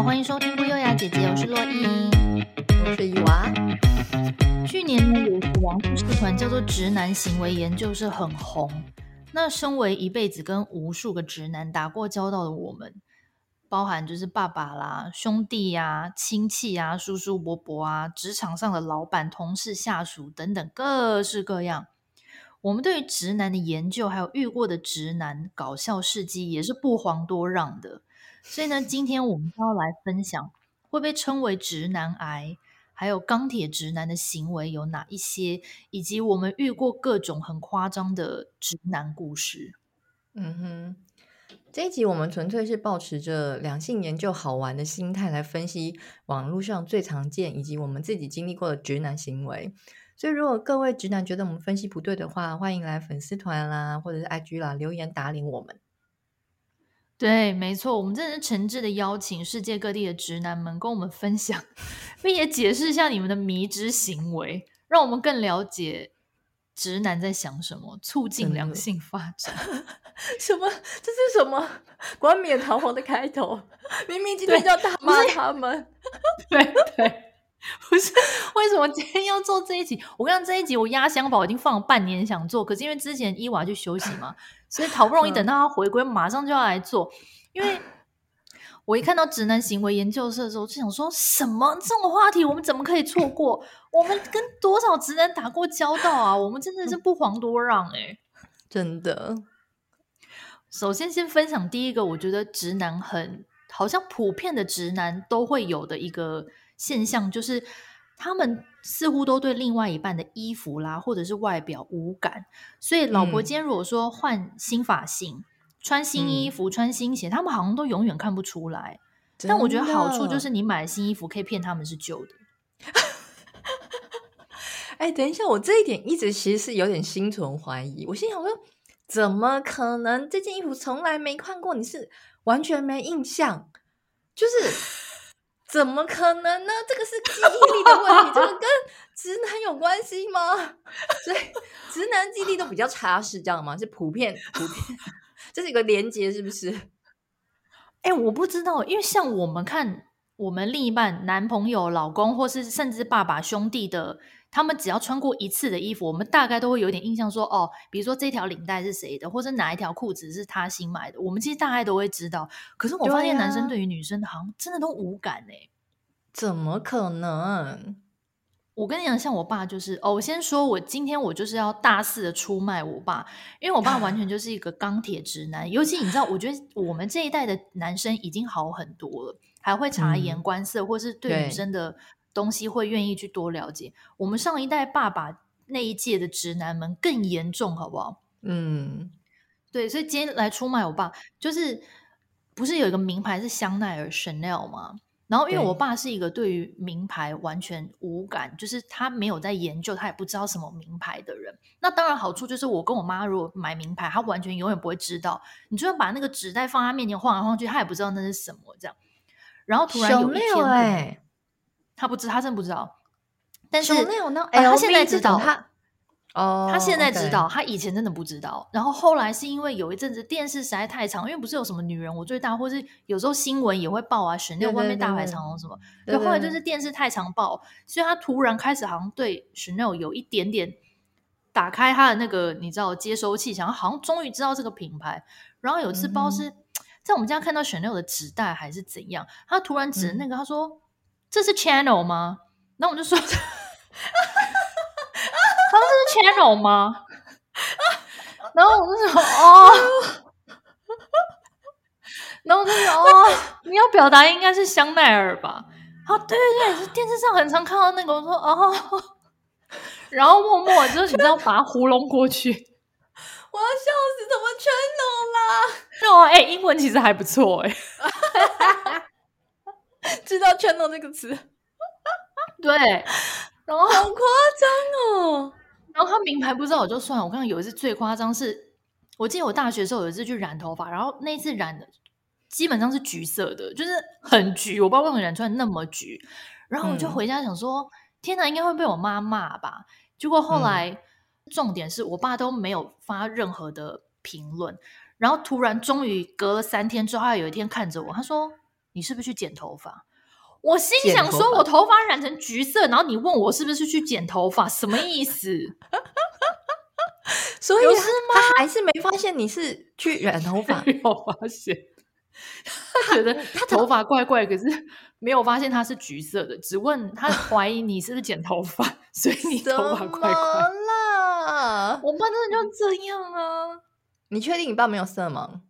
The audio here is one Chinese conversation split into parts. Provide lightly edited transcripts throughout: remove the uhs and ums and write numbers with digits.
好，欢迎收听不优雅姐姐，我是洛伊， 我是伊娃。 去年呢，有一个网络社团叫做直男行为研究社很红。那身为一辈子跟无数个直男打过交道的我们，包含就是爸爸啦、兄弟啊、亲戚啊、叔叔伯伯啊、职场上的老板、同事、下属等等各式各样，我们对于直男的研究还有遇过的直男搞笑事迹也是不遑多让的。所以呢，今天我们就要来分享会被称为直男癌还有钢铁直男的行为有哪一些，以及我们遇过各种很夸张的直男故事。 这一集我们纯粹是抱持着两性研究好玩的心态来分析网络上最常见以及我们自己经历过的直男行为。所以如果各位直男觉得我们分析不对的话，欢迎来粉丝团啦或者是 IG 啦留言打脸我们。 对，没错，我们真的是诚挚的邀请世界各地的直男们跟我们分享，并且解释一下你们的迷之行为，让我们更了解直男在想什么，促进两性发展。 什么？这是什么冠冕堂皇的开头？明明今天就要大骂他们。 对，不是为什么今天要做这一集？我跟你讲，这一集我压箱宝已经放了半年想做，可是因为之前伊娃去休息嘛，所以好不容易等到他回归，马上就要来做。因为我一看到直男行为研究社的时候，就想说什么这种话题我们怎么可以错过？我们跟多少直男打过交道啊？我们真的是不遑多让真的。 首先分享第一个，我觉得直男好像普遍的直男都会有的一个现象，就是他们似乎都对另外一半的衣服啦或者是外表无感，所以老婆今天如果说换新发型、穿新衣服、穿新鞋，他们好像都永远看不出来。但我觉得好处就是你买新衣服可以骗他们是旧的。 等一下，我这一点一直其实是有点心存怀疑。我心想说，怎么可能这件衣服从来没看过，你是完全没印象？就是怎么可能呢？这个是记忆力的问题，这个跟直男有关系吗？所以直男记忆力都比较差，是这样吗？是普遍，这是一个连结，是不是？ 我不知道，因为像我们看我们另一半男朋友、老公或是甚至爸爸兄弟的，他们只要穿过一次的衣服，我们大概都会有点印象说，比如说这条领带是谁的，或者哪一条裤子是他新买的，我们其实大概都会知道。可是我发现男生对于女生好像真的都无感怎么可能？ 我跟你讲，像我爸就是我先说，今天我就是要大肆的出卖我爸，因为我爸完全就是一个钢铁直男。尤其你知道，我觉得我们这一代的男生已经好很多了，还会察言观色，或是对女生的东西会愿意去多了解。我们上一代爸爸那一届的直男们更严重，好不好？对，所以今天来出卖我爸，就是不是有一个名牌是香奈儿 Chanel 吗？然后因为我爸是一个对于名牌完全无感，就是他没有在研究，他也不知道什么名牌的人。那当然好处就是我跟我妈如果买名牌，他完全永远不会知道，你就算把那个纸袋放他面前晃来晃去，他也不知道那是什么这样。然后突然有一天他不知道，他真的不知道，但是他现在知道，他现在知道，他以前真的不知道。然后后来是因为有一阵子电视实在太长，因为不是有什么女人我最大，或是有时候新闻也会报啊，Chanel外面大排长龙什么。对，后来就是电视太常报，所以他突然开始好像对 Chanel 有一点点打开他的那个你知道接收器，想要好像终于知道这个品牌。然后有次包是在我们家看到 Chanel 的纸袋还是怎样，他突然指那个他说这是 Channel 吗？然后我就说他说这是 Channel 吗？然后我就说然后我就说你要表达应该是香奈儿吧？对，电视上很常看到那个。我说然后默默就是你知道把它糊弄过去。 我要笑死，怎么 Channel 啦？英文其实还不错知道 Channel 这个词。 对，然后好夸张哦。 然后他名牌不知道我就算了，我刚刚有一次最夸张是，我记得我大学的时候有一次去染头发，然后那一次染的基本上是橘色的，就是很橘，我不知道为什么染出来那么橘。然后我就回家想说，天哪，应该会被我妈骂吧？结果后来重点是我爸都没有发任何的评论，然后突然终于隔了3天之后，他有一天看着我，他说你是不是去剪头发？我心想说，我头发染成橘色，然后你问我是不是去剪头发，什么意思？ 所以有事吗？ 他还是没发现你是去染头发， 没有发现。他觉得他头发怪怪，可是没有发现他是橘色的，只问他怀疑你是不是剪头发，所以你头发怪怪啦。 我爸真的就这样啊！ 你确定你爸没有色盲？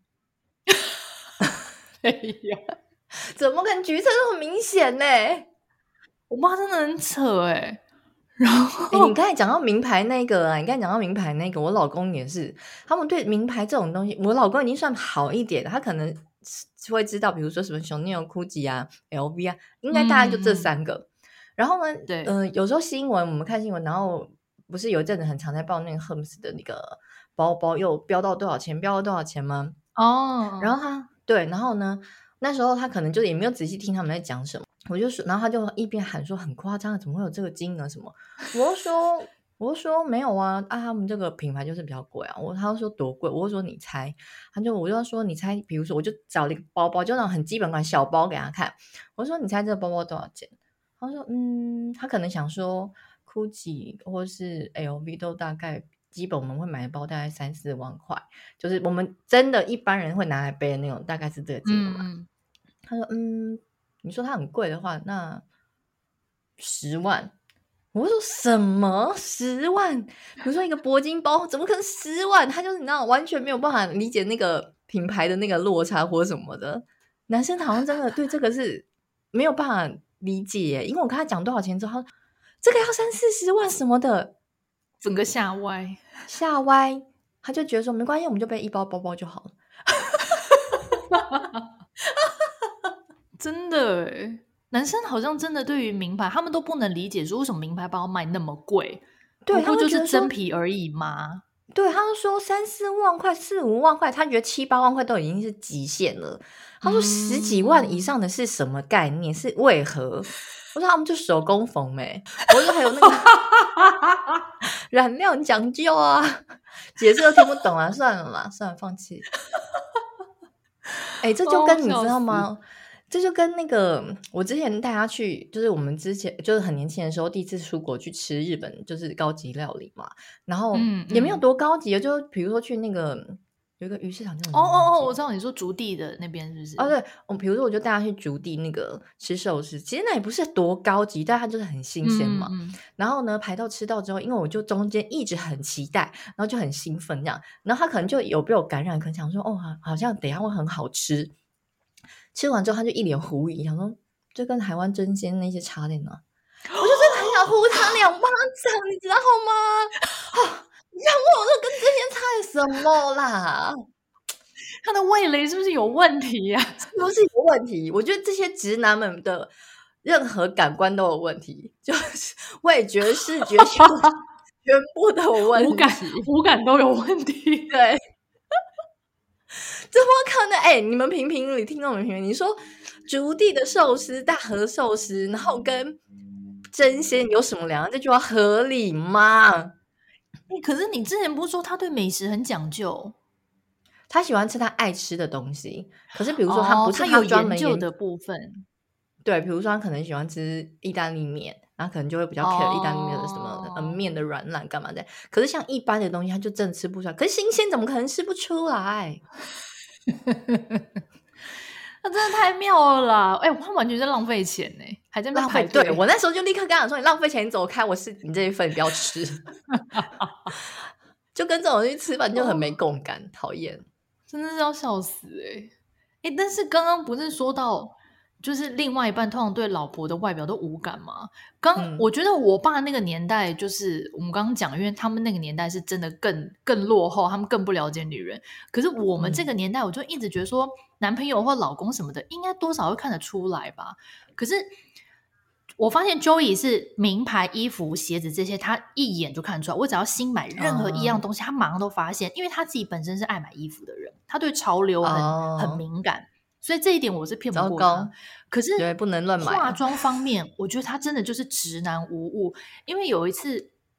没有， 怎么可能橘色那么明显呢？ 我爸真的很扯然后你刚才讲到名牌那个啊，我老公也是，他们对名牌这种东西，我老公已经算好一点了，他可能会知道，比如说什么Chanel、Gucci 啊、LV 啊，应该大概就这3个。然后呢， 对， 有时候我们看新闻，然后不是有一阵子很常在报那个 Hermes 的那个包包又飙到多少钱吗？然后对，然后呢，那时候他可能就也没有仔细听他们在讲什么，我就说，然后他就一边喊说很夸张，怎么会有这个金额什么？我就说没有啊，他们这个品牌就是比较贵啊。他就说多贵，我就说你猜，我就说你猜，比如说我就找了一个包包，就那种很基本款小包给他看，我说你猜这个包包多少钱？他说他可能想说 Gucci 或是 LV 都大概基本我们会买的包大概3-4万块，就是我们真的一般人会拿来背的那种，大概是这个金额嘛。他说你说它很贵的话，那10万。我说什么10万？比如说一个铂金包，怎么可能10万？他就是你知道完全没有办法理解那个品牌的那个落差或什么的。男生好像真的对这个是没有办法理解耶，因为我跟他讲多少钱之后，这个要30-40万什么的， 整个吓歪， 他就觉得说没关系，我们就背一包包包就好了。 真的男生好像真的对于名牌，他们都不能理解说为什么名牌包卖那么贵， 对， 不过就是真皮而已嘛。 对，他就说3-4万块、4-5万块，他觉得7-8万块都已经是极限了。他说10几万以上的是什么概念？是为何？我说他们就手工缝我说还有那个染料讲究啊，解释都听不懂啊，算了，放弃。这就跟你知道吗？这就跟那个我之前带他去，就是我们之前就是很年轻的时候第一次出国去吃日本就是高级料理嘛，然后也没有多高级，就比如说去那个有一个鱼市场叫我知道你说竹地的那边是不是？ 对，比如说我就带他去竹地那个吃寿司，其实那也不是多高级，但它就是很新鲜嘛。然后呢排到吃到之后，因为我就中间一直很期待，然后就很兴奋这样，然后他可能就有被我感染，可能想说好像等一下会很好吃。吃完之后他就一脸狐疑，想说这跟台湾真鲜那些差在哪？我就真的很想呼他2巴掌，你知道吗？你想问我这跟真鲜差什么啦？ 他的味蕾是不是有问题啊？ 是不是有问题？我觉得这些直男们的任何感官都有问题，就是味觉、视觉全部都有问题， 五感都有问题。 对。怎么可能？你们评理，听众们评评，你说竹地的寿司、大和寿司，然后跟真鲜有什么两样？这句话合理吗？ 可是你之前不是说他对美食很讲究？ 他喜欢吃他爱吃的东西，可是比如说他不是他有专门研究的部分， 对，比如说他可能喜欢吃意大利面，然后可能就会比较 care 意大利面的什么面的软烂干嘛的。可是像一般的东西，他就真的吃不出来。可是新鲜怎么可能吃不出来？ 那真的太妙了啦！他完全在浪费钱呢，还在那排队。 对，我那时候就立刻跟他说：“你浪费钱，你走开！我是你这一份，你不要吃。”就跟这种人去吃饭就很没共感，讨厌， 真的是要笑死但是刚刚不是说到，就是另外一半通常对老婆的外表都无感吗？我觉得我爸那个年代，就是我们刚刚讲，因为他们那个年代是真的更落后，他们更不了解女人。可是我们这个年代，我就一直觉得说，男朋友或老公什么的，应该多少会看得出来吧。可是我发现 Joey 是名牌衣服、鞋子这些，他一眼就看得出来。我只要新买任何一样东西，他马上都发现，因为他自己本身是爱买衣服的人，他对潮流很敏感。所以这一点我是骗不过他，可是对不能乱买。 化妆方面，我觉得他真的就是直男无误。因为有一次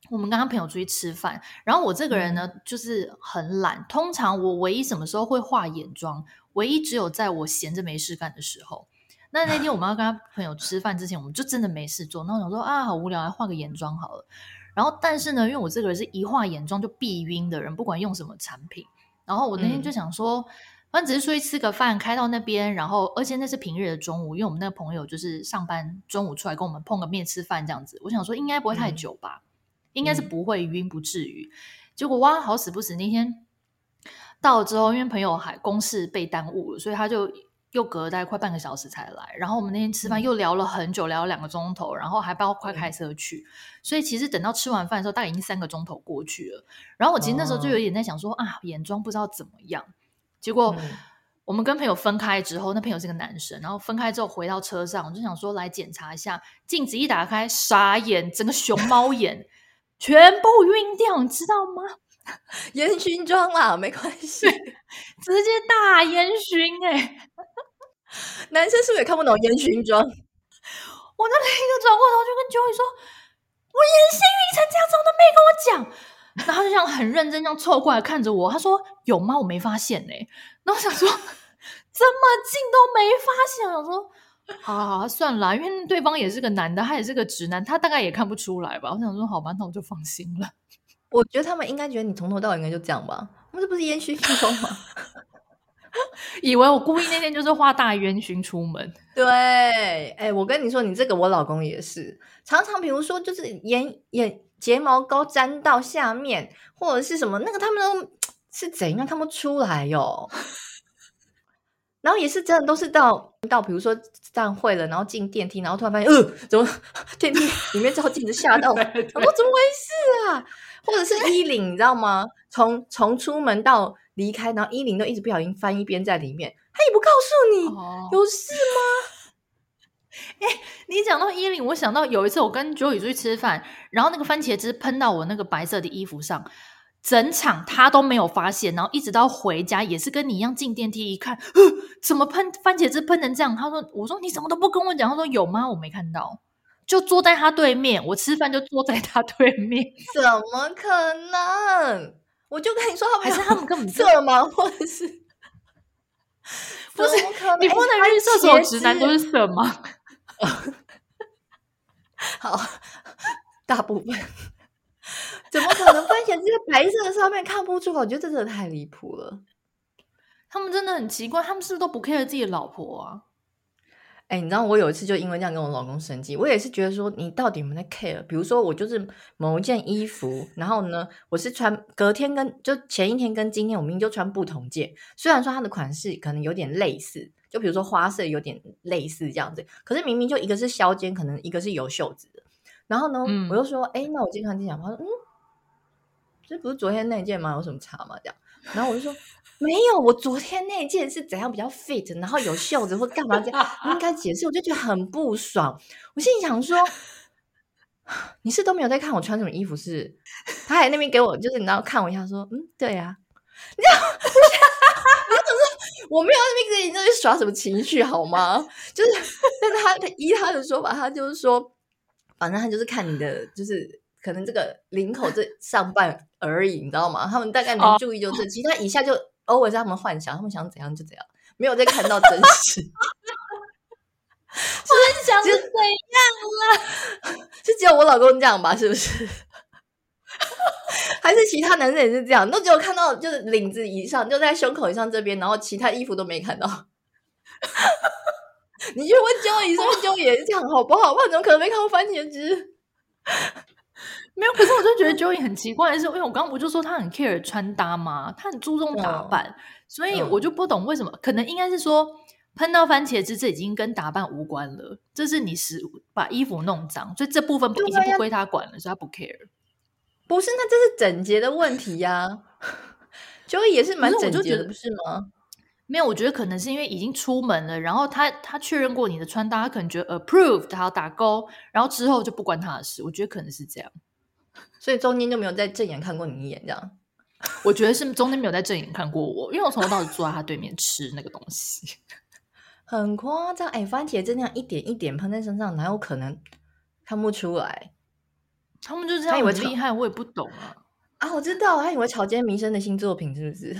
我们跟他朋友出去吃饭，然后我这个人呢，就是很懒。通常我唯一什么时候会化眼妆，唯一只有在我闲着没事干的时候。那天我们要跟他朋友吃饭之前，我们就真的没事做。那我想说啊，好无聊，来化个眼妆好了。然后但是呢，因为我这个人是一化眼妆就必晕的人，不管用什么产品。然后我那天就想说，反正只是出去吃个饭，开到那边，然后而且那是平日的中午，因为我们那个朋友就是上班中午出来跟我们碰个面吃饭这样子。我想说应该不会太久吧。应该是不会晕，不至于。结果哇，好死不死，那天到了之后，因为朋友还公事被耽误了，所以他就又隔了大概快半个小时才来。然后我们那天吃饭又聊了很久，聊了2个钟头，然后还包括快开车去。所以其实等到吃完饭的时候，大概已经3个钟头过去了。然后我其实那时候就有点在想说啊，眼妆不知道怎么样。结果我们跟朋友分开之后，那朋友是个男生，然后分开之后回到车上，我就想说来检查一下，镜子一打开，傻眼，整个熊猫眼。全部晕掉，你知道吗？ 烟熏妆啦，没关系， 直接大烟熏男生是不是也看不懂烟熏妆？ 我那一个转过头就跟 Joey 说：“我眼睛晕成这样，怎么都没跟我讲？”然后他就这样很认真这样凑过来看着我，他说：“有吗？我没发现然后我想说，这么近都没发现，我想说。好算了，因为对方也是个男的，他也是个直男，他大概也看不出来吧。我想说，好吧，那我就放心了。 我觉得他们应该觉得你从头到尾应该就这样吧？我们这不是烟熏妆吗？ 以为我故意那天就是画大烟熏出门。 对，我跟你说，你这个我老公也是，常常比如说就是睫毛膏粘到下面，或者是什么那个他们都是怎样看不出来哟。然后也是真的都是到比如说站会了，然后进电梯，然后突然发现怎么电梯里面照镜子吓到我，我说怎么回事啊？或者是衣领你知道吗？从出门到离开，然后衣领都一直不小心翻一边在里面，他也不告诉你，有事吗？ 你讲到衣领，我想到有一次我跟 Joey 出去吃饭，然后那个番茄汁喷到我那个白色的衣服上，整场他都没有发现，然后一直到回家也是跟你一样进电梯一看，怎么喷番茄汁喷成这样？我说你怎么都不跟我讲？他说有吗？我没看到，就坐在他对面，我吃饭就坐在他对面， 怎么可能？我就跟你说， 还是他们根本色盲，或者是不是？你不能预测所有直男都是色盲。 好，大部分怎么可能番茄汁在白色的上面看不出来？我觉得这真的太离谱了。 他们真的很奇怪，他们是不是都不 care 自己的老婆啊？ 你知道我有一次就因为这样跟我老公生气，我也是觉得说你到底有没有在 care？比如说我就是某一件衣服，然后呢我是穿隔天就前一天跟今天我明明就穿不同件，虽然说它的款式可能有点类似，就比如说花色有点类似这样子，可是明明就一个是削肩，可能一个是有袖子的。然后呢我就说那我今天看这件，他说这不是昨天那件吗？有什么差吗？这样，然后我就说没有，我昨天那件是怎样比较 fit， 然后有袖子或干嘛这样，应该解释。我就觉得很不爽。我心里想说，你是都没有在看我穿什么衣服是？他还那边给我就是你知道看我一下说对啊，你知道，我没有在那边跟你在耍什么情绪好吗？就是，但他依他的说法，他就是说，反正他就是看你的就是。可能这个领口这上半而已，你知道吗？他们大概能注意就这，其他以下就always他们幻想，他们想怎样就怎样，没有再看到真实。 幻想是怎样啦？是只有我老公这样吧？是不是？还是其他男生也是这样？都只有看到就是领子以上，就在胸口以上这边，然后其他衣服都没看到。你去问Joey，说 Joey 也是这样好不好？不然怎么可能没看到番茄汁？ 没有，可是我就觉得 Joey 很奇怪的是，因为我刚刚不就说他很 care 穿搭吗？他很注重打扮，所以我就不懂为什么。可能应该是说喷到番茄汁，这已经跟打扮无关了，这是你把衣服弄脏，所以这部分已经不归他管了，所以他不 care。 不是，那这是整洁的问题呀。Joey 也是蛮整洁的，不是吗？ 没有，我觉得可能是因为已经出门了，然后他确认过你的穿搭，他可能觉得 approved， 他要打勾，然后之后就不关他的事。我觉得可能是这样， 所以中间就没有在正眼看过你一眼，这样。 我觉得是中间没有在正眼看过我，因为我从头到尾坐在他对面吃那个东西， 很夸张。番茄汁那样一点一点喷在身上，哪有可能看不出来？ 他们就这样很厉害，我也不懂啊。 我知道，他以为草间弥生的新作品是不是？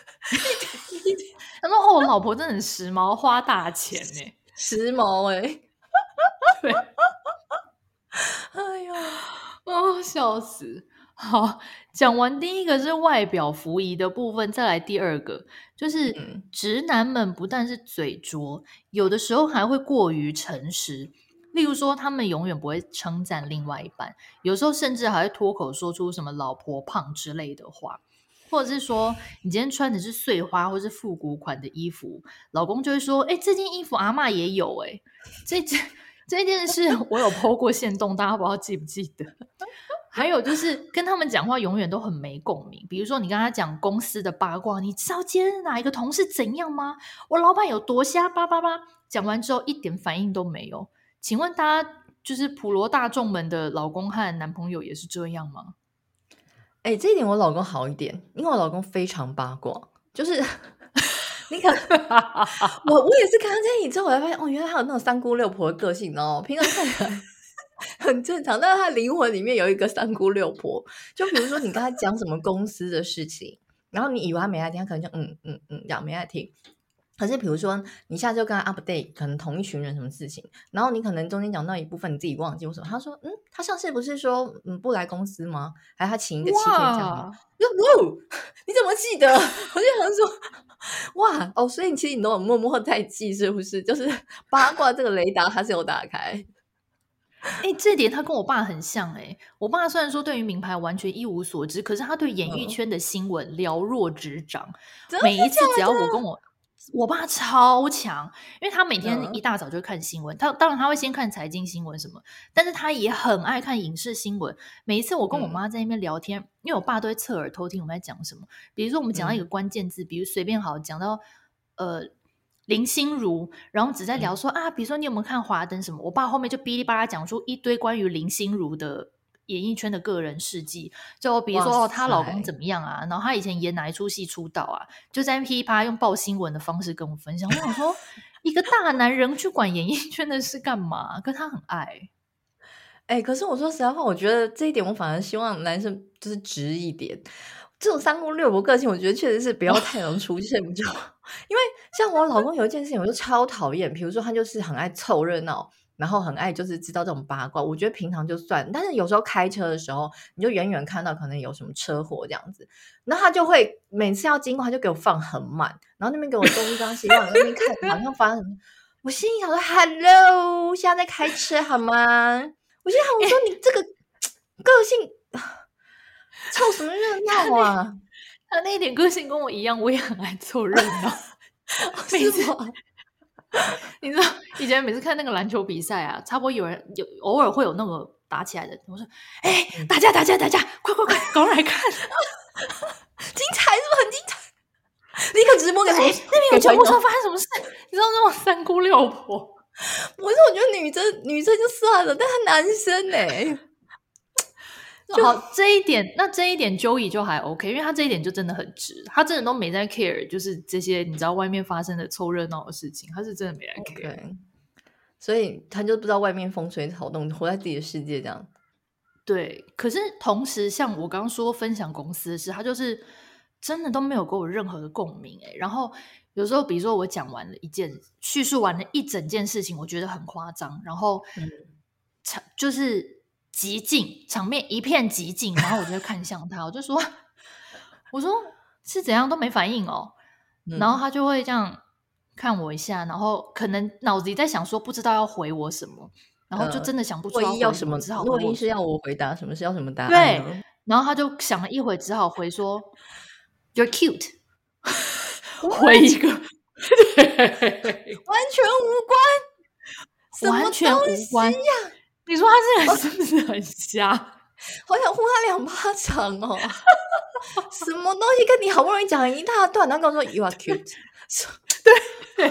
他说：“哦，我老婆真的很时髦，花大钱呢， 时髦对， 哎呦， 笑死！好，讲完第一个是外表服仪的部分，再来第二个，就是直男们不但是嘴拙，有的时候还会过于诚实。例如说，他们永远不会称赞另外一半，有时候甚至还会脱口说出什么“老婆胖”之类的话。或者是说，你今天穿的是碎花或是复古款的衣服，老公就会说：“这件衣服阿嬷也有这件事我有 po 过限动，大家不知道记不记得？”还有就是跟他们讲话永远都很没共鸣，比如说你跟他讲公司的八卦，你知道今天哪一个同事怎样吗？我老板有多瞎叭叭叭，讲完之后一点反应都没有。请问大家就是普罗大众们的老公和男朋友也是这样吗？ 这一点我老公好一点，因为我老公非常八卦，就是你看我也是看到这里之后，我才发现原来他有那种三姑六婆的个性哦，平常看起来很正常，但是他灵魂里面有一个三姑六婆。就比如说你跟他讲什么公司的事情，然后你以为他没在听，他可能就这样没在听。可是比如说你下次就跟他 update 可能同一群人什么事情，然后你可能中间讲到一部分你自己忘记为什么，他说他上次不是说不来公司吗？还是他请一个7天假吗？哇，你怎么记得？我就想说哇所以其实你都有默默在记是不是？就是八卦这个雷达他是有打开。 这点他跟我爸很像我爸虽然说对于名牌完全一无所知，可是他对演艺圈的新闻了若指掌。每一次只要我爸超强，因为他每天一大早就会看新闻，当然他会先看财经新闻什么，但是他也很爱看影视新闻。每一次我跟我妈在那边聊天，因为我爸都会侧耳偷听我们在讲什么。比如说我们讲到一个关键字，比如随便好讲到林心如，然后只在聊说比如说你有没有看华灯什么，我爸后面就哔哩吧啦讲出一堆关于林心如的演艺圈的个人事迹，就比如说她老公怎么样啊，然后她以前演哪一出戏出道啊，就在噼里啪啦用报新闻的方式跟我分享。我想说一个大男人去管演艺圈的事干嘛？可他很爱可是我说实在话，我觉得这一点我反而希望男生就是直一点。这种三姑六婆个性我觉得确实是不要太能出现就因为像我老公有一件事情我就超讨厌，比如说他就是很爱凑热闹，然后很爱就是知道这种八卦，我觉得平常就算，但是有时候开车的时候你就远远看到可能有什么车祸这样子，然后他就会每次要经过他就给我放很慢，然后那边给我东张西望，那边看好像发生什么，我心里想说 Hello 现在在开车好吗？我心想我说你这个个性凑什么热闹啊？ 他那一点个性跟我一样，我也很爱凑热闹。 是吗？ 你知道以前每次看那个篮球比赛啊，差不多偶尔会有那个打起来的，我说打架，快赶快来看精彩是不是很精彩？立刻直播给那边有节目说发生什么事，你知道那种三姑六婆。 我觉得女生就算了，但他男生好，这一点 Joey 就还 OK， 因为他这一点就真的很直，他真的都没在 care， 就是这些你知道外面发生的凑热闹的事情，他是真的没在 care， 所以他就不知道外面风吹草动，活在自己的世界这样。 对，可是同时像我刚刚说分享公司的事，他就是真的都没有给我任何的共鸣然后有时候比如说我讲完了叙述完了一整件事情，我觉得很夸张，然后就是极静，场面一片极静，然后我就会看向他，我说是怎样都没反应然后他就会这样看我一下，然后可能脑子里在想说不知道要回我什么，然后就真的想不出要什么， 只好诺伊是要我回答什么，是要什么答案？ 对，然后他就想了一会，只好回说 You're cute 回一个完全无关， 完全无关呀！ 你说他这个人是不是很瞎？ 好想呼他2巴掌什么东西跟你好不容易讲一大段，然后跟我说 You are cute 对，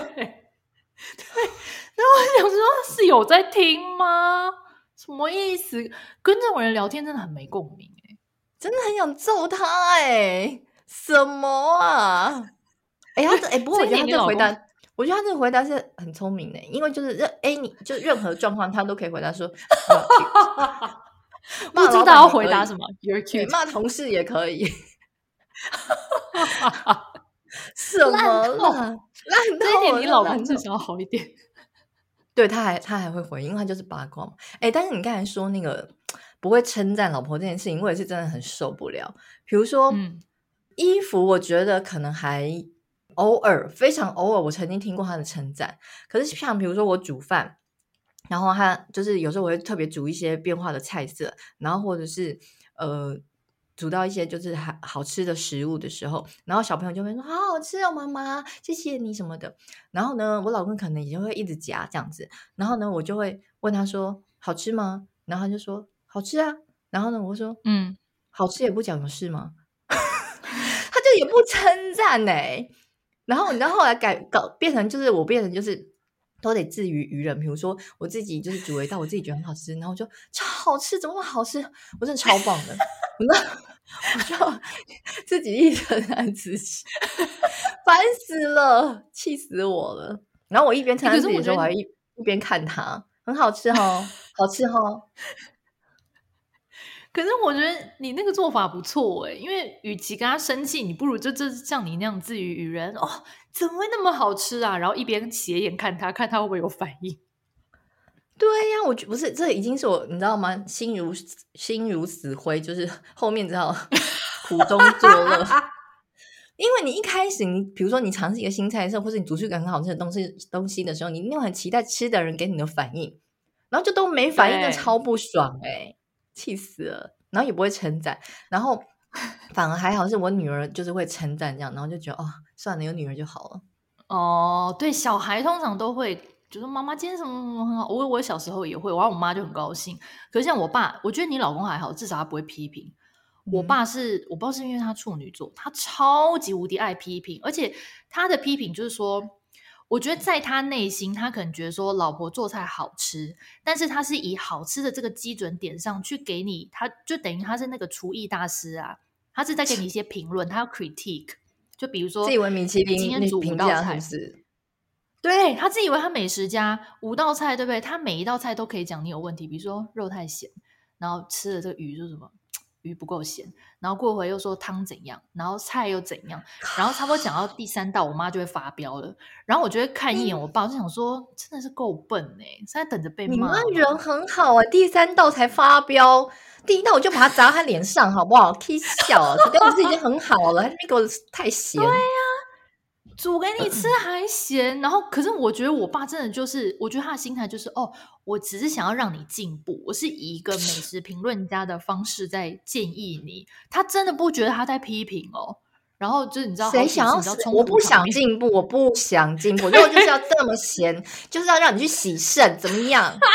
然后我想说是有在听吗？什么意思？跟这种人聊天真的很没共鸣真的很想揍他什么啊？不过我觉得他这个回答，我觉得他这个回答是很聪明的，因为就是你就任何状况他都可以回答说不知道要回答什么 ，You're 对， cute， 骂同事也可以。什么烂这一透了， 点你老公烂透。 至少要好一点。 对，他还会回应，因为他就是八卦嘛。但是你刚才说那个不会称赞老婆这件事情，我也是真的很受不了。比如说，衣服，我觉得可能还偶尔，非常偶尔，我曾经听过他的称赞。可是像比如说我煮饭，然后他就是有时候我会特别煮一些变化的菜色，然后或者是煮到一些就是好吃的食物的时候，然后小朋友就会说好好吃哦妈妈，谢谢你什么的。然后呢我老公可能也会一直夹这样子，然后呢我就会问他说好吃吗？然后他就说好吃啊。然后呢我说好吃也不讲有事吗？他就也不称赞然后你知道后来变成就是都得自娱于人。比如说我自己就是煮了一道我自己觉得很好吃，然后我就超好吃，怎么那么好吃，我真的超棒的。我就自己一称赞自己，烦死了，气死我了。然后我一边称赞自己的时候，我还一边看他，很好吃哦，好吃哦。 可是我觉得你那个做法不错因为与其跟他生气，你不如就像你那样自娱于人哦，怎么会那么好吃啊？然后一边斜眼看他会不会有反应。 对呀，我不是，这已经是我你知道吗？心如死灰，就是后面只好苦中作乐。因为你一开始你比如说你尝试一个新菜色，或是你煮出一个很好吃的东西的时候，你一定很期待吃的人给你的反应，然后就都没反应，就超不爽气死了。然后也不会称赞，然后反而还好是我女儿就是会称赞这样，然后就觉得算了，有女儿就好了。 对，小孩通常都会就说妈妈今天什么什么很好。我小时候也会，然后我妈就很高兴。可是像我爸，我觉得你老公还好，至少他不会批评。我爸是我不知道是因为他处女座，他超级无敌爱批评，而且他的批评就是说，我觉得在他内心，他可能觉得说老婆做菜好吃，但是他是以好吃的这个基准点上去给你，他就等于他是那个厨艺大师啊，他是在给你一些评论，他要 critique。就比如说自以为米其林今天煮5道菜， 是不是？ 对，他自以为他美食家，5道菜对不对？他每一道菜都可以讲你有问题，比如说肉太咸，然后吃了这个鱼就是什么鱼不够咸，然后过回又说汤怎样，然后菜又怎样，然后差不多讲到第3道，我妈就会发飙了。然后我就会看一眼我爸，就想说真的是够笨现在等着被骂。 你妈人很好第3道才发飙，第1道我就把它砸他脸上好不好？踢笑了，这样子已经很好了，还没给我太咸。 对呀，煮给你吃还咸。然后可是我觉得我爸真的就是，我觉得他的心态就是我只是想要让你进步，我是以一个美食评论家的方式在建议你，他真的不觉得他在批评然后就是你知道谁想要我不想进步，我不想进步，肉就是要这么咸，就是要让你去洗肾，怎么样？对，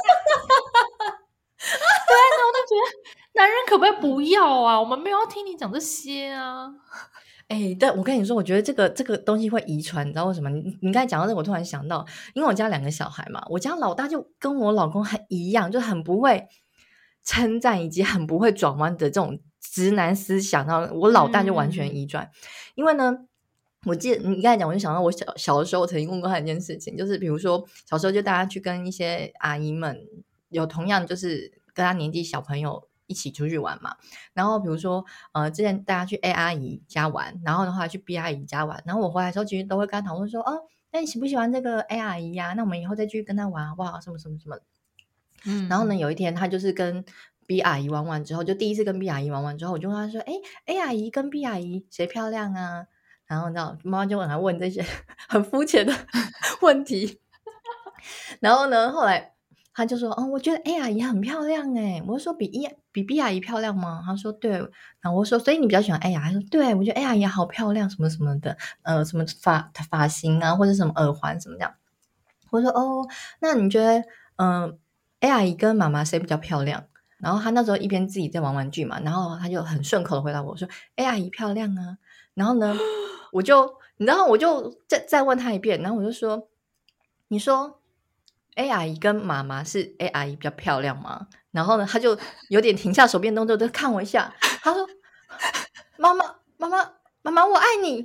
那我就觉得男人可不可以不要啊？我们没有要听你讲这些啊。 但我跟你说，我觉得这个东西会遗传，你知道为什么？你刚才讲到这个，我突然想到，因为我家2个小孩嘛，我家老大就跟我老公很一样，就很不会称赞，以及很不会转弯的这种直男思想。然后我老大就完全移转，因为呢，我记得你刚才讲，我就想到我小的时候，我曾经问过他一件事情，就是比如说小时候就大家去跟一些阿姨们有同样就是跟他年纪小朋友一起出去玩嘛，然后比如说之前大家去 A 阿姨家玩，然后的话去 B 阿姨家玩，然后我回来的时候其实都会跟他讨论说那你喜不喜欢这个 A 阿姨呀？那我们以后再继续跟他玩好不好？什么什么什么。然后呢有一天他就是跟 B 阿姨玩完之后，就第一次跟 B 阿姨玩完之后，我就问他说A 阿姨跟 B 阿姨谁漂亮啊？然后你知道妈妈就很爱问这些很肤浅的问题。然后呢后来他就说我觉得 A 阿姨很漂亮我就说比 B 阿姨漂亮吗？他说对。然后我说所以你比较喜欢 A 阿姨？他说对，我觉得 A 阿姨好漂亮，什么什么的什么发型啊，或者什么耳环什么这样。我说那你觉得A 阿姨跟妈妈谁比较漂亮？然后他那时候一边自己在玩玩具嘛，然后他就很顺口的回答我说 A 阿姨漂亮啊。然后呢我就再问他一遍，然后我就说你说 A 阿姨跟妈妈是 A 阿姨比较漂亮吗？然后呢他就有点停下手边动作，就看我一下，他说妈妈我爱你。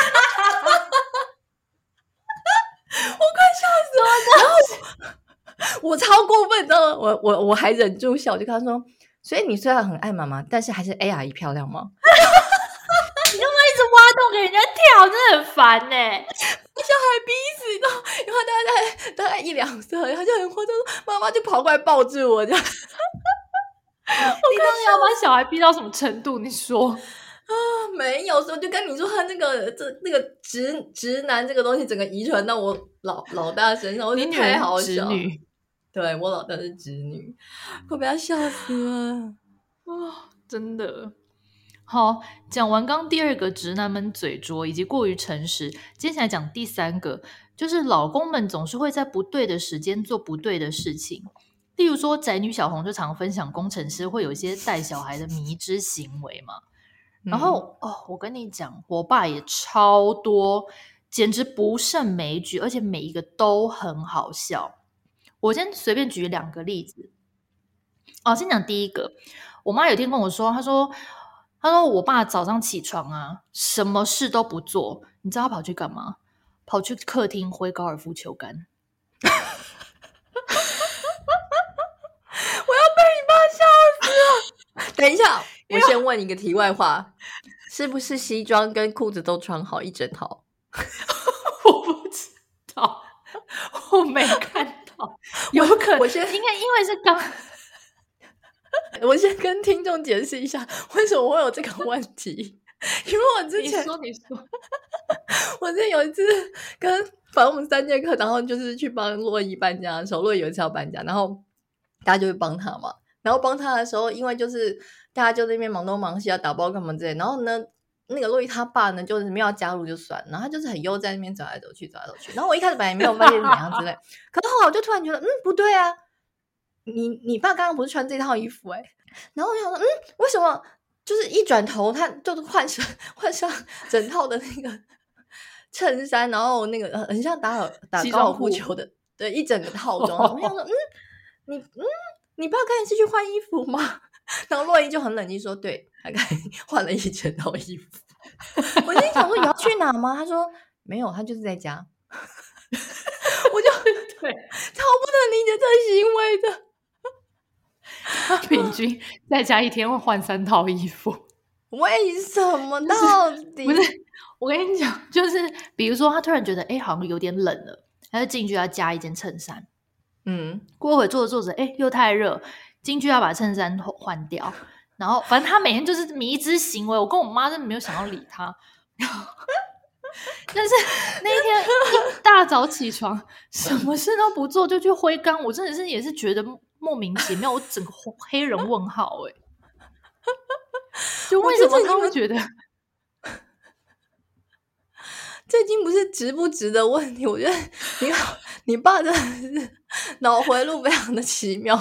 我快笑死了。然后我超过分的，我还忍住笑，我就跟他说，所以你虽然很爱妈妈，但是还是 A 阿姨漂亮吗？ 你干嘛一直挖洞给人家跳，真的很烦欸。 小孩逼死，你知道，因为他大概1-2岁，他就很慌张说，妈妈就跑过来抱住我这样。 你到底要把小孩逼到什么程度？你说没有，所以我就跟你说，他那个直男这个东西，整个遗传到我老大身上，我觉得太好笑。 你女儿是侄女， 对，我老大是侄女，我被他笑死了。 真的。好，讲完刚第2个直男们嘴拙以及过于诚实，接下来讲第3个，就是老公们总是会在不对的时间做不对的事情。例如说宅女小红就常分享工程师会有一些带小孩的迷之行为嘛。然后我跟你讲，我爸也超多，简直不胜枚举，而且每一个都很好笑。我先随便举2个例子。先讲第1个，我妈有一天跟我说，她说我爸早上起床啊，什么事都不做，你知道他跑去干嘛？跑去客厅挥高尔夫球杆。 我要被你爸笑死了。等一下，我先问一个题外话，是不是西装跟裤子都穿好一整套？ 我不知道，我没看到，有可能应该因为是刚。 我先跟听众解释一下为什么会有这个问题，因为我之前你说我之前有一次反正我们3节课，然后就是去帮洛伊搬家的时候，洛伊有一次要搬家，然后大家就会帮他嘛，然后帮他的时候，因为就是大家就在那边忙东忙西，要打包干嘛之类，然后呢那个洛伊他爸呢就是没有要加入就算，然后他就是很悠在那边走来走去，然后我一开始本来没有发现怎样之类，可是后来我就突然觉得不对啊，你爸刚刚不是穿这套衣服然后我想说为什么就是一转头他就是换上整套的那个衬衫，然后那个很像打高尔夫球的对一整个套装，我想说你爸刚才是去换衣服吗？然后洛伊就很冷静说对，他刚才换了一整套衣服。我心想说你要去哪吗？他说没有，他就是在家。我就对超不能理解这个行为的。 他平均在家1天会换3套衣服， 为什么到底？ 不是，我跟你讲，就是比如说他突然觉得好像有点冷了，他就进去要加一件衬衫，过会做着做着又太热，进去要把衬衫换掉，然后反正他每天就是迷之行为，我跟我妈真的没有想要理他。但是那一天一大早起床什么事都不做就去挥杆，我真的是也是觉得莫名其妙，我整个黑人问号就为什么他会觉得这已经不是值不值的问题，我觉得你爸真的是脑回路非常的奇妙。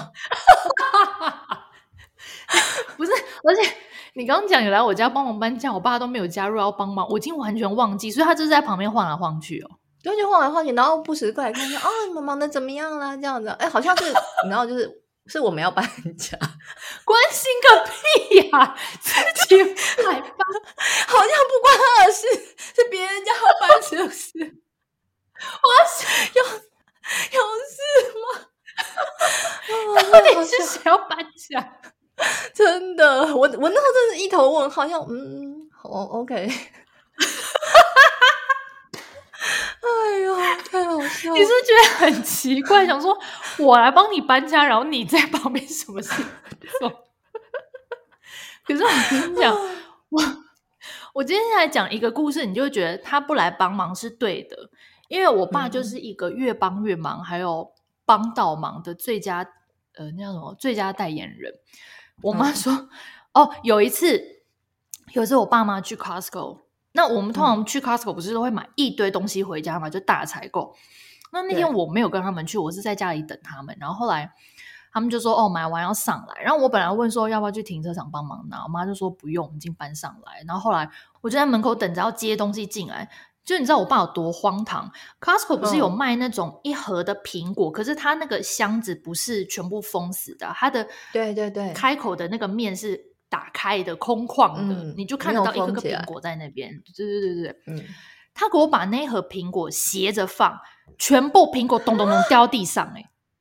不是，而且你刚刚讲有来我家帮忙搬家，我爸都没有加入要帮忙，我已经完全忘记，所以他就是在旁边晃来晃去对，就晃来晃去，然后不时过来看一下你们忙得怎么样啦，这样子好像是然后是我们要搬家， 关心个屁呀自己来搬， 好像不关他的事，是别人家要搬是不是？有事吗？ 到底是谁要搬家？ 真的，我那时候真是一头问号，像OK。哎呦，太好笑了！ 你是觉得很奇怪，想说我来帮你搬家，然后你在旁边什么事做？可是我跟你讲，我接下来讲一个故事，你就会觉得他不来帮忙是对的，因为我爸就是一个越帮越忙，还有帮倒忙的最佳那叫什么最佳代言人。我妈说有一次我爸妈去 Costco， 那我们通常去 Costco 不是都会买一堆东西回家嘛，就大采购。那天我没有跟他们去，我是在家里等他们，然后后来他们就说买完要上来，然后我本来问说要不要去停车场帮忙拿，我妈就说不用，我们已经搬上来。然后后来我就在门口等着要接东西进来，就你知道我爸有多荒唐， Costco 不是有卖那种一盒的苹果，可是它那个箱子不是全部封死的，它的对对对开口的那个面是打开的空旷的，你就看得到一个个苹果在那边。对，他给我把那一盒苹果斜着放，全部苹果咚咚咚掉地上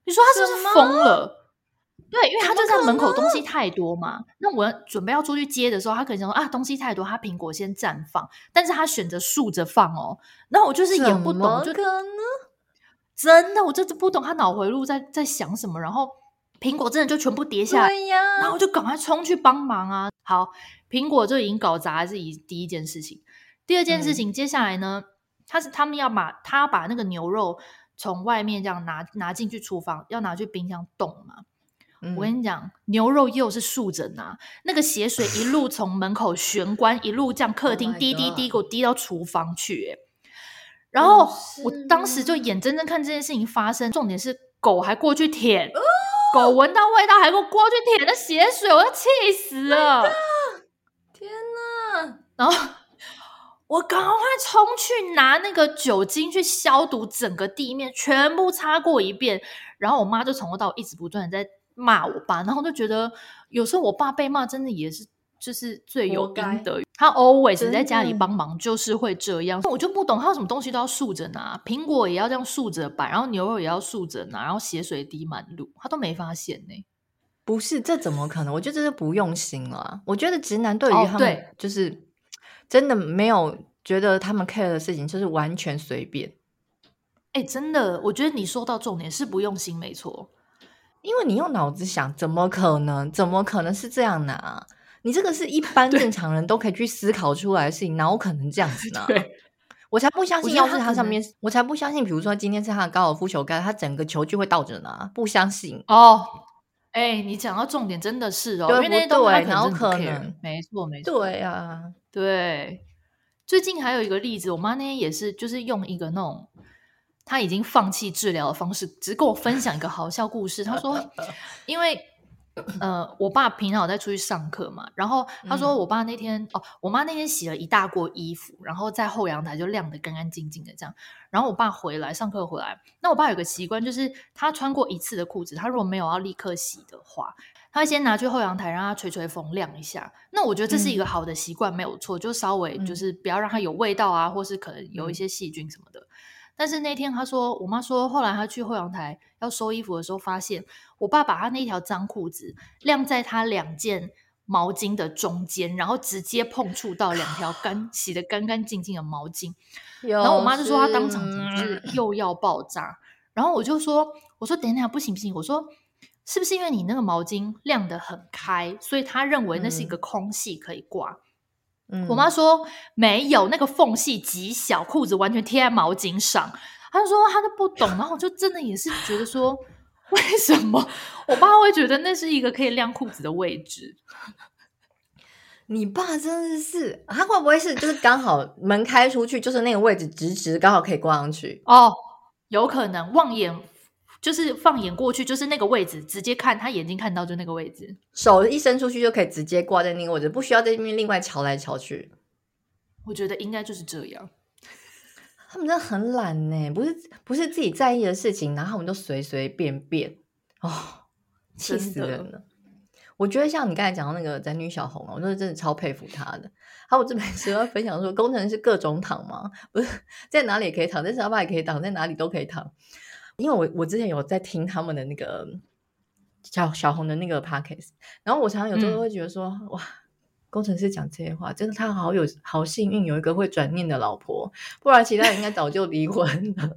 你说他是不是什么疯了？对，因为他就在门口怎么可能东西太多嘛。那我准备要出去接的时候，他可能想说啊，东西太多，他苹果先暂放，但是他选择竖着放哦。然后我就是也怎不懂，就么可能？ 真的我就是不懂他脑回路在想什么。然后苹果真的就全部跌下来， 对呀， 然后我就赶快冲去帮忙啊。好，苹果就已经搞砸，是第一件事情。第二件事情，接下来呢，他们要把那个牛肉从外面这样拿进去厨房，要拿去冰箱冻嘛。我跟你讲，牛肉又是竖着拿，那个血水一路从门口玄关一路这样客厅 Oh my 滴滴 God 滴，给我滴到厨房去。然后是我当时就眼睁睁看这件事情发生，重点是狗还过去舔，狗闻到味道还给我过去舔那血水，我要气死了。 天哪！ 然后我赶快冲去拿那个酒精去消毒整个地面，全部擦过一遍。然后我妈就从头到尾一直不断的在骂我爸，然后就觉得有时候我爸被骂真的也是就是罪有应得。他 always 在家里帮忙就是会这样，我就不懂他有什么东西都要竖着拿，苹果也要这样竖着摆，然后牛肉也要竖着拿，然后血水滴满路，他都没发现呢。 不是，这怎么可能？我觉得这是不用心了。我觉得直男对于他们就是真的没有觉得他们 care 的事情，就是完全随便。 真的，我觉得你说到重点是不用心，没错。 因为你用脑子想，怎么可能？怎么可能是这样拿？你这个是一般正常人都可以去思考出来的事情，哪有可能这样子拿？ 对， 我才不相信，要是他上面，我才不相信。比如说今天是他的高尔夫球杆，他整个球具会倒着拿，不相信哦。你讲到重点，真的是哦， 对因为那些东西他哪有可能？没错，没错， 对啊， 对。最近还有一个例子，我妈那天也是，就是用一个那种她已经放弃治疗的方式，只是跟我分享一个好笑故事。她说，因为我爸平常有在出去上课嘛，然后他说我妈那天洗了一大锅衣服，然后在后阳台就晾得干干净净的这样。然后我爸上课回来，那我爸有个习惯，就是他穿过一次的裤子，他如果没有要立刻洗的话，他会先拿去后阳台让他吹吹风晾一下。那我觉得这是一个好的习惯，没有错，就稍微就是不要让它有味道啊，或是可能有一些细菌什么的。但是那天我妈说后来她去后阳台要收衣服的时候，发现我爸把他那条脏裤子晾在他2件毛巾的中间，然后直接碰触到2条洗得干干净净的毛巾。然后我妈就说她当场就是又要爆炸。然后我说等一下，不行，我说是不是因为你那个毛巾晾得很开，所以她认为那是一个空隙可以挂？我妈说没有，那个缝隙极小，裤子完全贴在毛巾上。她就说她都不懂，然后我就真的也是觉得说，为什么我爸会觉得那是一个可以晾裤子的位置？ 你爸真的是，他会不会是就是刚好门开出去，就是那个位置直刚好可以挂上去？ 哦，有可能就是放眼过去，就是那个位置，直接看他眼睛看到就那个位置， 手一伸出去就可以直接挂在那个位置，不需要在那边另外瞧来瞧去。 我觉得应该就是这样。 他们真的很懒呢，不是自己在意的事情，然后他们都随随便便哦，气死人了。我觉得像你刚才讲到那个宅女小红我真的超佩服她的。我这本书要分享说，工程师各种躺吗？不是在哪里也可以躺，在沙发也可以躺，在哪里都可以躺。因为我之前有在听他们的那个小红的那个 podcast， 然后我常常有时候会觉得说，哇，工程师讲这些话，真的他好幸运，有一个会转念的老婆，不然其他人应该早就离婚了。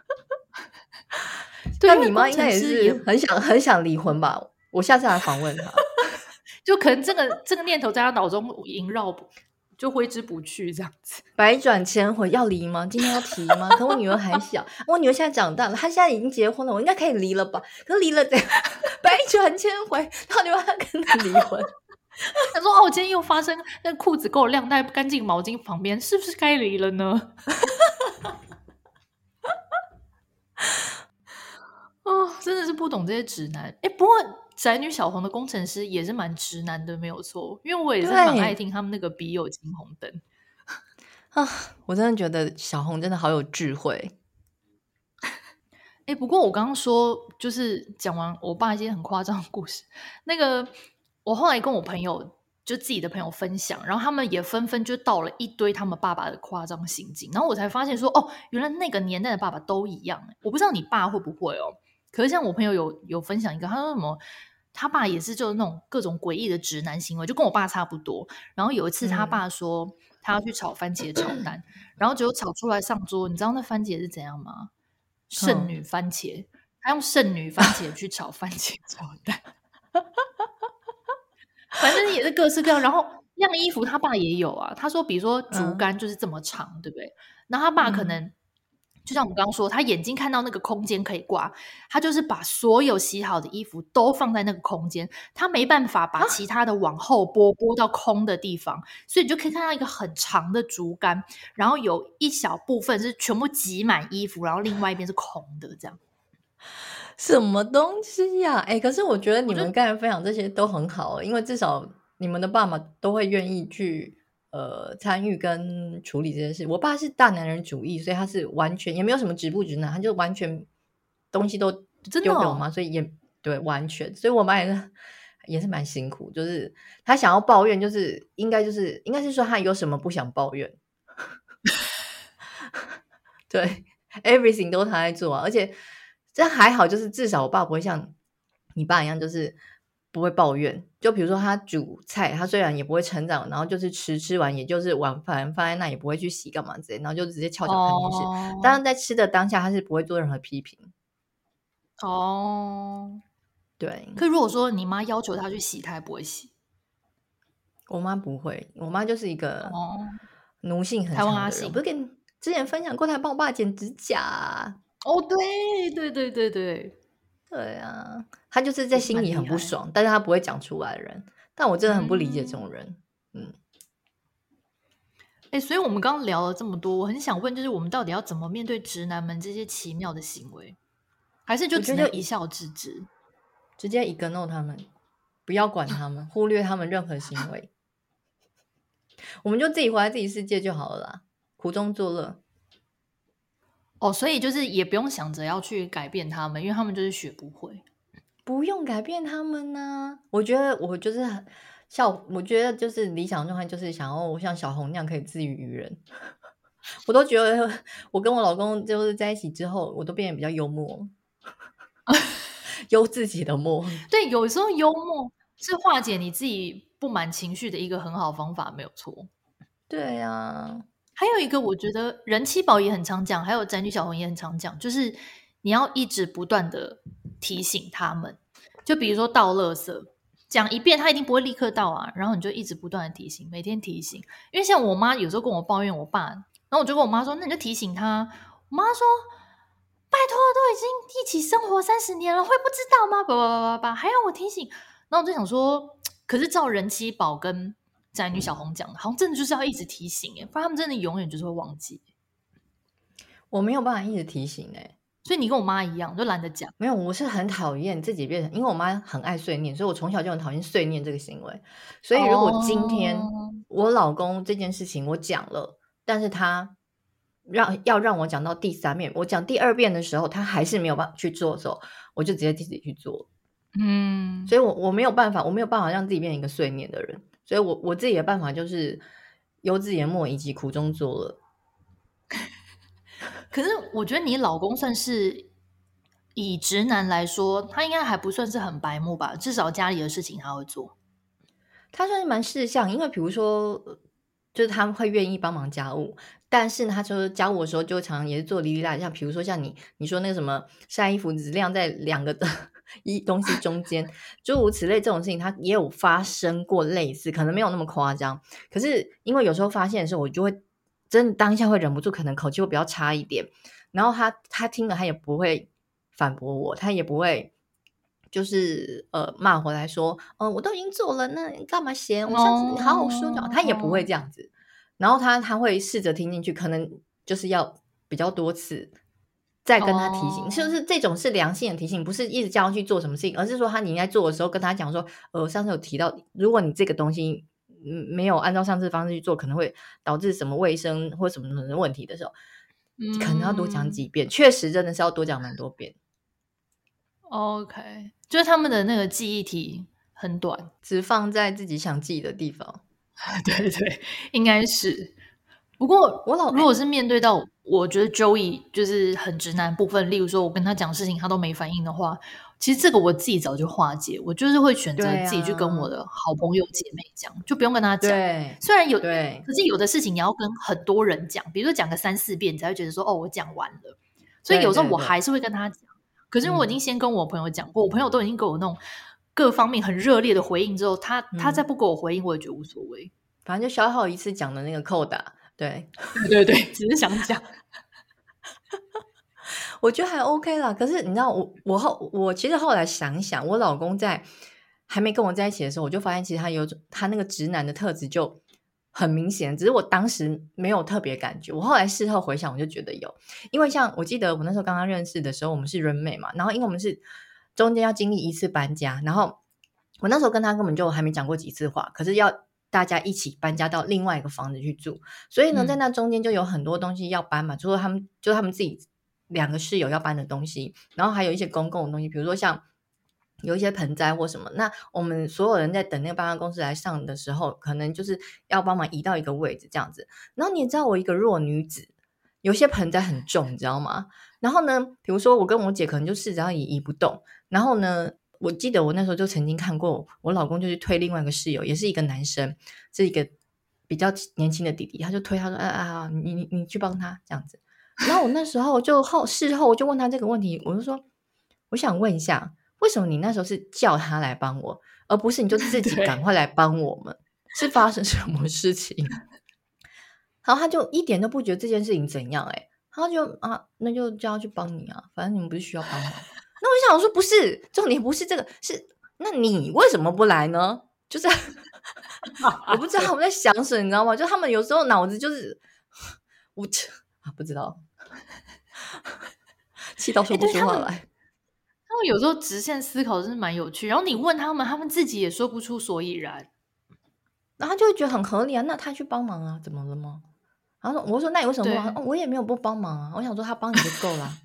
那你妈应该也是很想离婚吧？我下次来访问她， 就可能这个念头在他脑中萦绕，就挥之不去这样子。 百转千回，要离吗？今天要提吗？可我女儿还小，我女儿现在长大了，她现在已经结婚了，我应该可以离了吧？可是离了怎样？百转千回，到底要不要跟她离婚？ 他说：“我今天又发生那裤子给我晾在干净毛巾旁边，是不是该离了呢？”真的是不懂这些直男。不过宅女小红的工程师也是蛮直男的，没有错。因为我也是蛮爱听他们那个笔友金红灯我真的觉得小红真的好有智慧。 不过我刚刚说就是讲完我爸一些很夸张的故事，那个我后来跟我朋友就自己的朋友分享，然后他们也纷纷就到了一堆他们爸爸的夸张行径，然后我才发现说原来那个年代的爸爸都一样。我不知道你爸会不会可是像我朋友有分享一个，他说什么他爸也是就是那种各种诡异的直男行为，就跟我爸差不多。然后有一次他爸说他要去炒番茄炒蛋，然后结果炒出来上桌，你知道那番茄是怎样吗？剩女番茄，他用剩女番茄去炒番茄炒蛋。反正也是各式各样，然后晾衣服他爸也有啊。他说比如说竹竿就是这么长，对不对？然后他爸可能就像我们刚刚说，他眼睛看到那个空间可以挂，他就是把所有洗好的衣服都放在那个空间，他没办法把其他的往后拨到空的地方，所以你就可以看到一个很长的竹竿，然后有一小部分是全部挤满衣服，然后另外一边是空的，这样。 什么东西呀？可是我觉得你们刚才分享这些都很好，因为至少你们的爸妈都会愿意去参与跟处理这件事。我爸是大男人主义，所以他是完全也没有什么直不直男，他就完全东西都丢给我妈，所以也对完全，所以我妈也是蛮辛苦，就是他想要抱怨，就是应该是说他有什么不想抱怨，对 ，everything 都他在做啊，而且。这还好，就是至少我爸不会像你爸一样，就是不会抱怨。就比如说他煮菜，他虽然也不会成长，然后就是吃完，也就是碗放在那，也不会去洗干嘛之类，然后就直接翘脚看电视。当然在吃的当下，他是不会做任何批评。对。 可如果说你妈要求他去洗，他也不会洗。 我妈不会，我妈就是一个奴性很强的人。我不是跟你之前分享过，她帮我爸剪指甲。对啊，他就是在心里很不爽，但是他不会讲出来的人。但我真的很不理解这种人。 所以我们刚刚聊了这么多，我很想问，就是我们到底要怎么面对直男们这些奇妙的行为？还是就只能一笑置之， 直接ignore他们，不要管他们，忽略他们任何行为，我们就自己活在自己世界就好了啦，苦中作乐。 所以就是也不用想着要去改变他们，因为他们就是学不会。 不用改变他们啊，我觉得我就是我觉得就是理想状态，就是想要像小红那样可以自娱于人。我都觉得我跟我老公就是在一起之后，我都变得比较幽默，幽自己的默。 对，有时候幽默是化解你自己不满情绪的一个很好的方法，没有错。 对啊。 还有一个我觉得人妻宝也很常讲，还有宅女小红也很常讲，就是你要一直不断的提醒他们，就比如说倒垃圾，讲一遍他一定不会立刻倒啊，然后你就一直不断的提醒，每天提醒。因为像我妈有时候跟我抱怨我爸，然后我就跟我妈说，那你就提醒他。我妈说拜托，都已经一起生活30年了，会不知道吗？还要我提醒？然后我就想说，可是照人妻宝跟宅女小红讲的，好像真的就是要一直提醒不然他们真的永远就是会忘记。 我没有办法一直提醒所以你跟我妈一样，就懒得讲。 没有，我是很讨厌自己变成，因为我妈很爱碎念，所以我从小就很讨厌碎念这个行为。所以如果今天我老公这件事情我讲了，但是他要让我讲到第3遍，我讲第2遍的时候，他还是没有办法去做的时候，我就直接自己去做。所以我没有办法让自己变成一个碎念的人。所以我自己的办法就是忧自己的默以及苦中作乐。 可是我觉得你老公算是以直男来说，他应该还不算是很白目吧，至少家里的事情他会做。 他算是蛮识相，因为比如说就是他会愿意帮忙家务，但是呢他说家务的时候就常常也是做哩哩啦，像比如说像你说那个什么晒衣服只晾在2个东西中间，诸如此类这种事情，他也有发生过类似，可能没有那么夸张。可是因为有时候发现的时候，我就会真的当下会忍不住，可能口气会比较差一点。然后他听了，他也不会反驳我，他也不会就是骂回来说，我都已经做了，那你干嘛嫌？我下次好好说就好。他也不会这样子。然后他会试着听进去，可能就是要比较多次。再跟他提醒，就是这种是良性的提醒，不是一直叫他去做什么事情，而是说你在做的时候跟他讲说，上次有提到，如果你这个东西没有按照上次方式去做，可能会导致什么卫生或什么什么问题的时候，可能要多讲几遍。确实真的是要多讲蛮多遍。 OK， 就是他们的那个记忆体很短， 只放在自己想记的地方。 对，应该是。不过如果是面对到我觉得 Joey 就是很直男部分，例如说我跟他讲事情他都没反应的话，其实这个我自己早就化解，我就是会选择对自己去跟我啊， 的好朋友姐妹讲，就不用跟他讲。 对虽然有， 对， 可是有的事情你要跟很多人讲，比如说讲个3-4遍，你才会觉得说哦，我讲完了。所以对有时候对对， 我还是会跟他讲，可是我已经嗯先跟我朋友讲过，我朋友都已经给我那种各方面很热烈的回应之后，他再嗯， 不给我回应，我也觉得无所谓。 反正就消耗一次讲的那个扣打，对。 对对对，只是想讲。 我觉得还 OK 啦，可是你知道我其实后来想想，我老公在还没跟我在一起的时候，我就发现其实他那个直男的特质就很明显，只是我当时没有特别感觉。我后来事后回想，我就觉得有，因为像我记得我那时候刚刚认识的时候，我们是roommate嘛，然后因为我们是中间要经历一次搬家，然后我那时候跟他根本就还没讲过几次话，可是要大家一起搬家到另外一个房子去住，所以呢，在那中间就有很多东西要搬嘛，除了他们自己2个室友要搬的东西，然后还有一些公共的东西，比如说像有一些盆栽或什么，那我们所有人在等那个搬家公司来上的时候，可能就是要帮忙移到一个位置这样子。然后你也知道我一个弱女子，有些盆栽很重，你知道吗？然后呢，比如说我跟我姐可能就试着要移不动，然后呢，我记得我那时候就曾经看过我老公就去推另外一个室友，也是一个男生，是一个比较年轻的弟弟，他就推他说你去帮他这样子。然后我那时候事后我就问他这个问题，我就说我想问一下，为什么你那时候是叫他来帮我，而不是你就自己对， 赶快来帮我们？是发生什么事情？然后他就一点都不觉得这件事情怎样他就那就叫他去帮你啊，反正你们不是需要帮忙。那我就想说，不是重点，不是这个，是那你为什么不来呢？就是我不知道他们在想什么，你知道吗？就他们有时候脑子就是我不知道，气到说不出话来。 他们有时候直线思考真是蛮有趣，然后你问他们，他们自己也说不出所以然。 然后他就会觉得很合理啊，那他去帮忙啊，怎么了吗？然后我说那你为什么不帮？我也没有不帮忙啊，我想说他帮你就够了。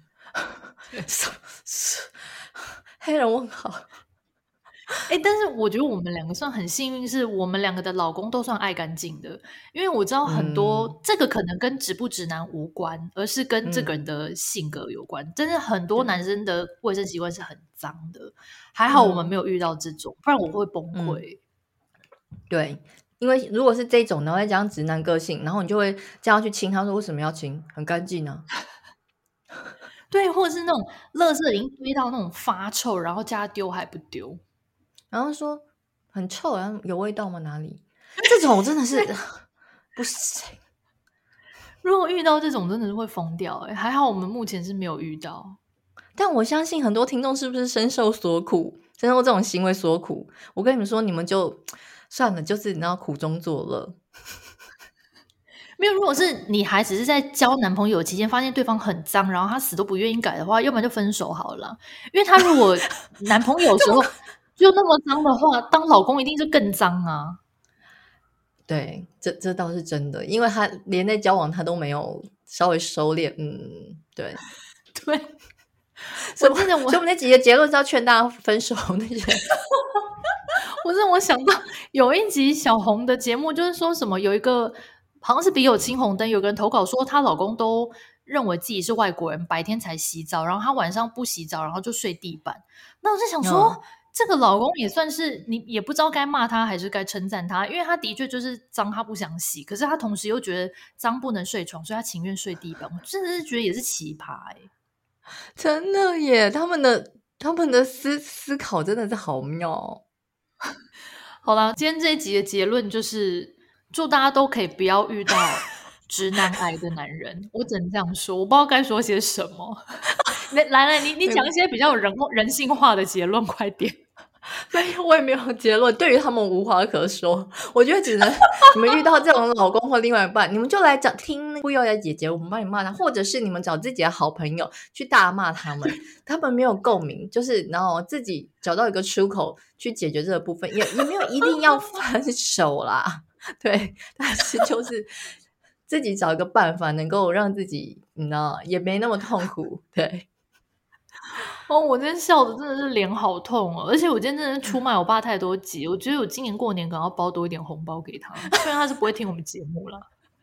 黑人问号。 但是我觉得我们2个算很幸运，是我们2个的老公都算爱干净的，因为我知道很多这个可能跟直不直男无关，而是跟这个人的性格有关。真的很多男生的卫生习惯是很脏的，还好我们没有遇到这种，不然我会崩溃。 对，因为如果是这种，然后再加上直男个性，然后你就会这样去亲他说为什么要亲？很干净啊。 对，或者是那种垃圾已经堆到那种发臭，然后叫他丢还不丢。 然后说很臭啊，有味道吗？哪里？这种我真的是不行。 如果遇到这种，真的是会疯掉。还好我们目前是没有遇到。 但我相信很多听众是不是深受所苦，深受这种行为所苦？我跟你们说，你们就算了，就是你知道苦中作乐。 没有，如果是你还只是在交男朋友期间发现对方很脏，然后他死都不愿意改的话，要不然就分手好了。因为他如果男朋友的时候就那么脏的话，当老公一定是更脏啊。 对，这倒是真的，因为他连在交往他都没有稍微收敛。对对， 所以我们那几个结论是要劝大家分手那些。 我让我想到有一集小红的节目，就是说什么有一个好像是笔友青红灯，有个人投稿说她老公都认为自己是外国人，白天才洗澡，然后他晚上不洗澡，然后就睡地板。那我就想说，这个老公也算是你也不知道该骂他还是该称赞他，因为他的确就是脏，他不想洗，可是他同时又觉得脏不能睡床，所以他情愿睡地板。我真的是觉得也是奇葩真的耶，他们的思考真的是好妙。 好啦，今天这一集的结论就是祝大家都可以不要遇到直男癌的男人。我只能这样说，我不知道该说些什么。来，你讲一些比较有人性化的结论，快点。 没有，我也没有结论，对于他们无话可说。我觉得只能你们遇到这种老公或另外一半，你们就来听忽悠的姐姐，我们帮你骂他，或者是你们找自己的好朋友去大骂他们，他们没有共鸣，就是然后自己找到一个出口去解决这个部分，也没有一定要分手啦。对，但是就是自己找一个办法，能够让自己你知道也没那么痛苦。对。 我今天笑的真的是脸好痛哦，而且我今天真的是出卖我爸太多集，我觉得我今年过年可能要包多一点红包给他，虽然他是不会听我们节目啦。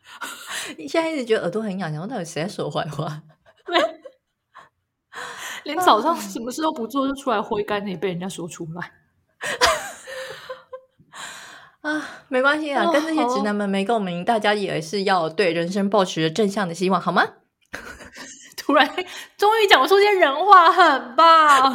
你现在一直觉得耳朵很痒，然后到底谁在说坏话？ 连早上什么事都不做就出来挥杆，也被人家说出来。 没关系啦，跟这些直男们没共鸣，大家也是要对人生抱持正向的希望，好吗？ 突然终于讲出些人话，很棒。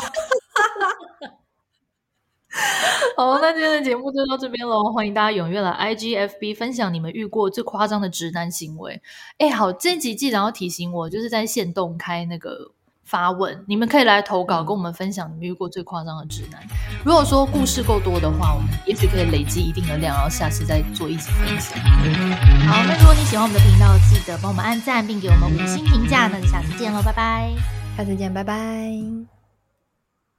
好，那今天的节目就到这边咯，欢迎大家踊跃来 IGFB 分享你们遇过最夸张的直男行为。好，这集记得要提醒我，就是在限动开那个发问，你们可以来投稿跟我们分享你们遇过最夸张的直男。如果说故事够多的话，我们也许可以累积一定的量，然后下次再做一集分享。好，那如果你喜欢我们的频道，记得帮我们按赞并给我们5星评价，那就下次见咯，拜拜。 下次见，拜拜。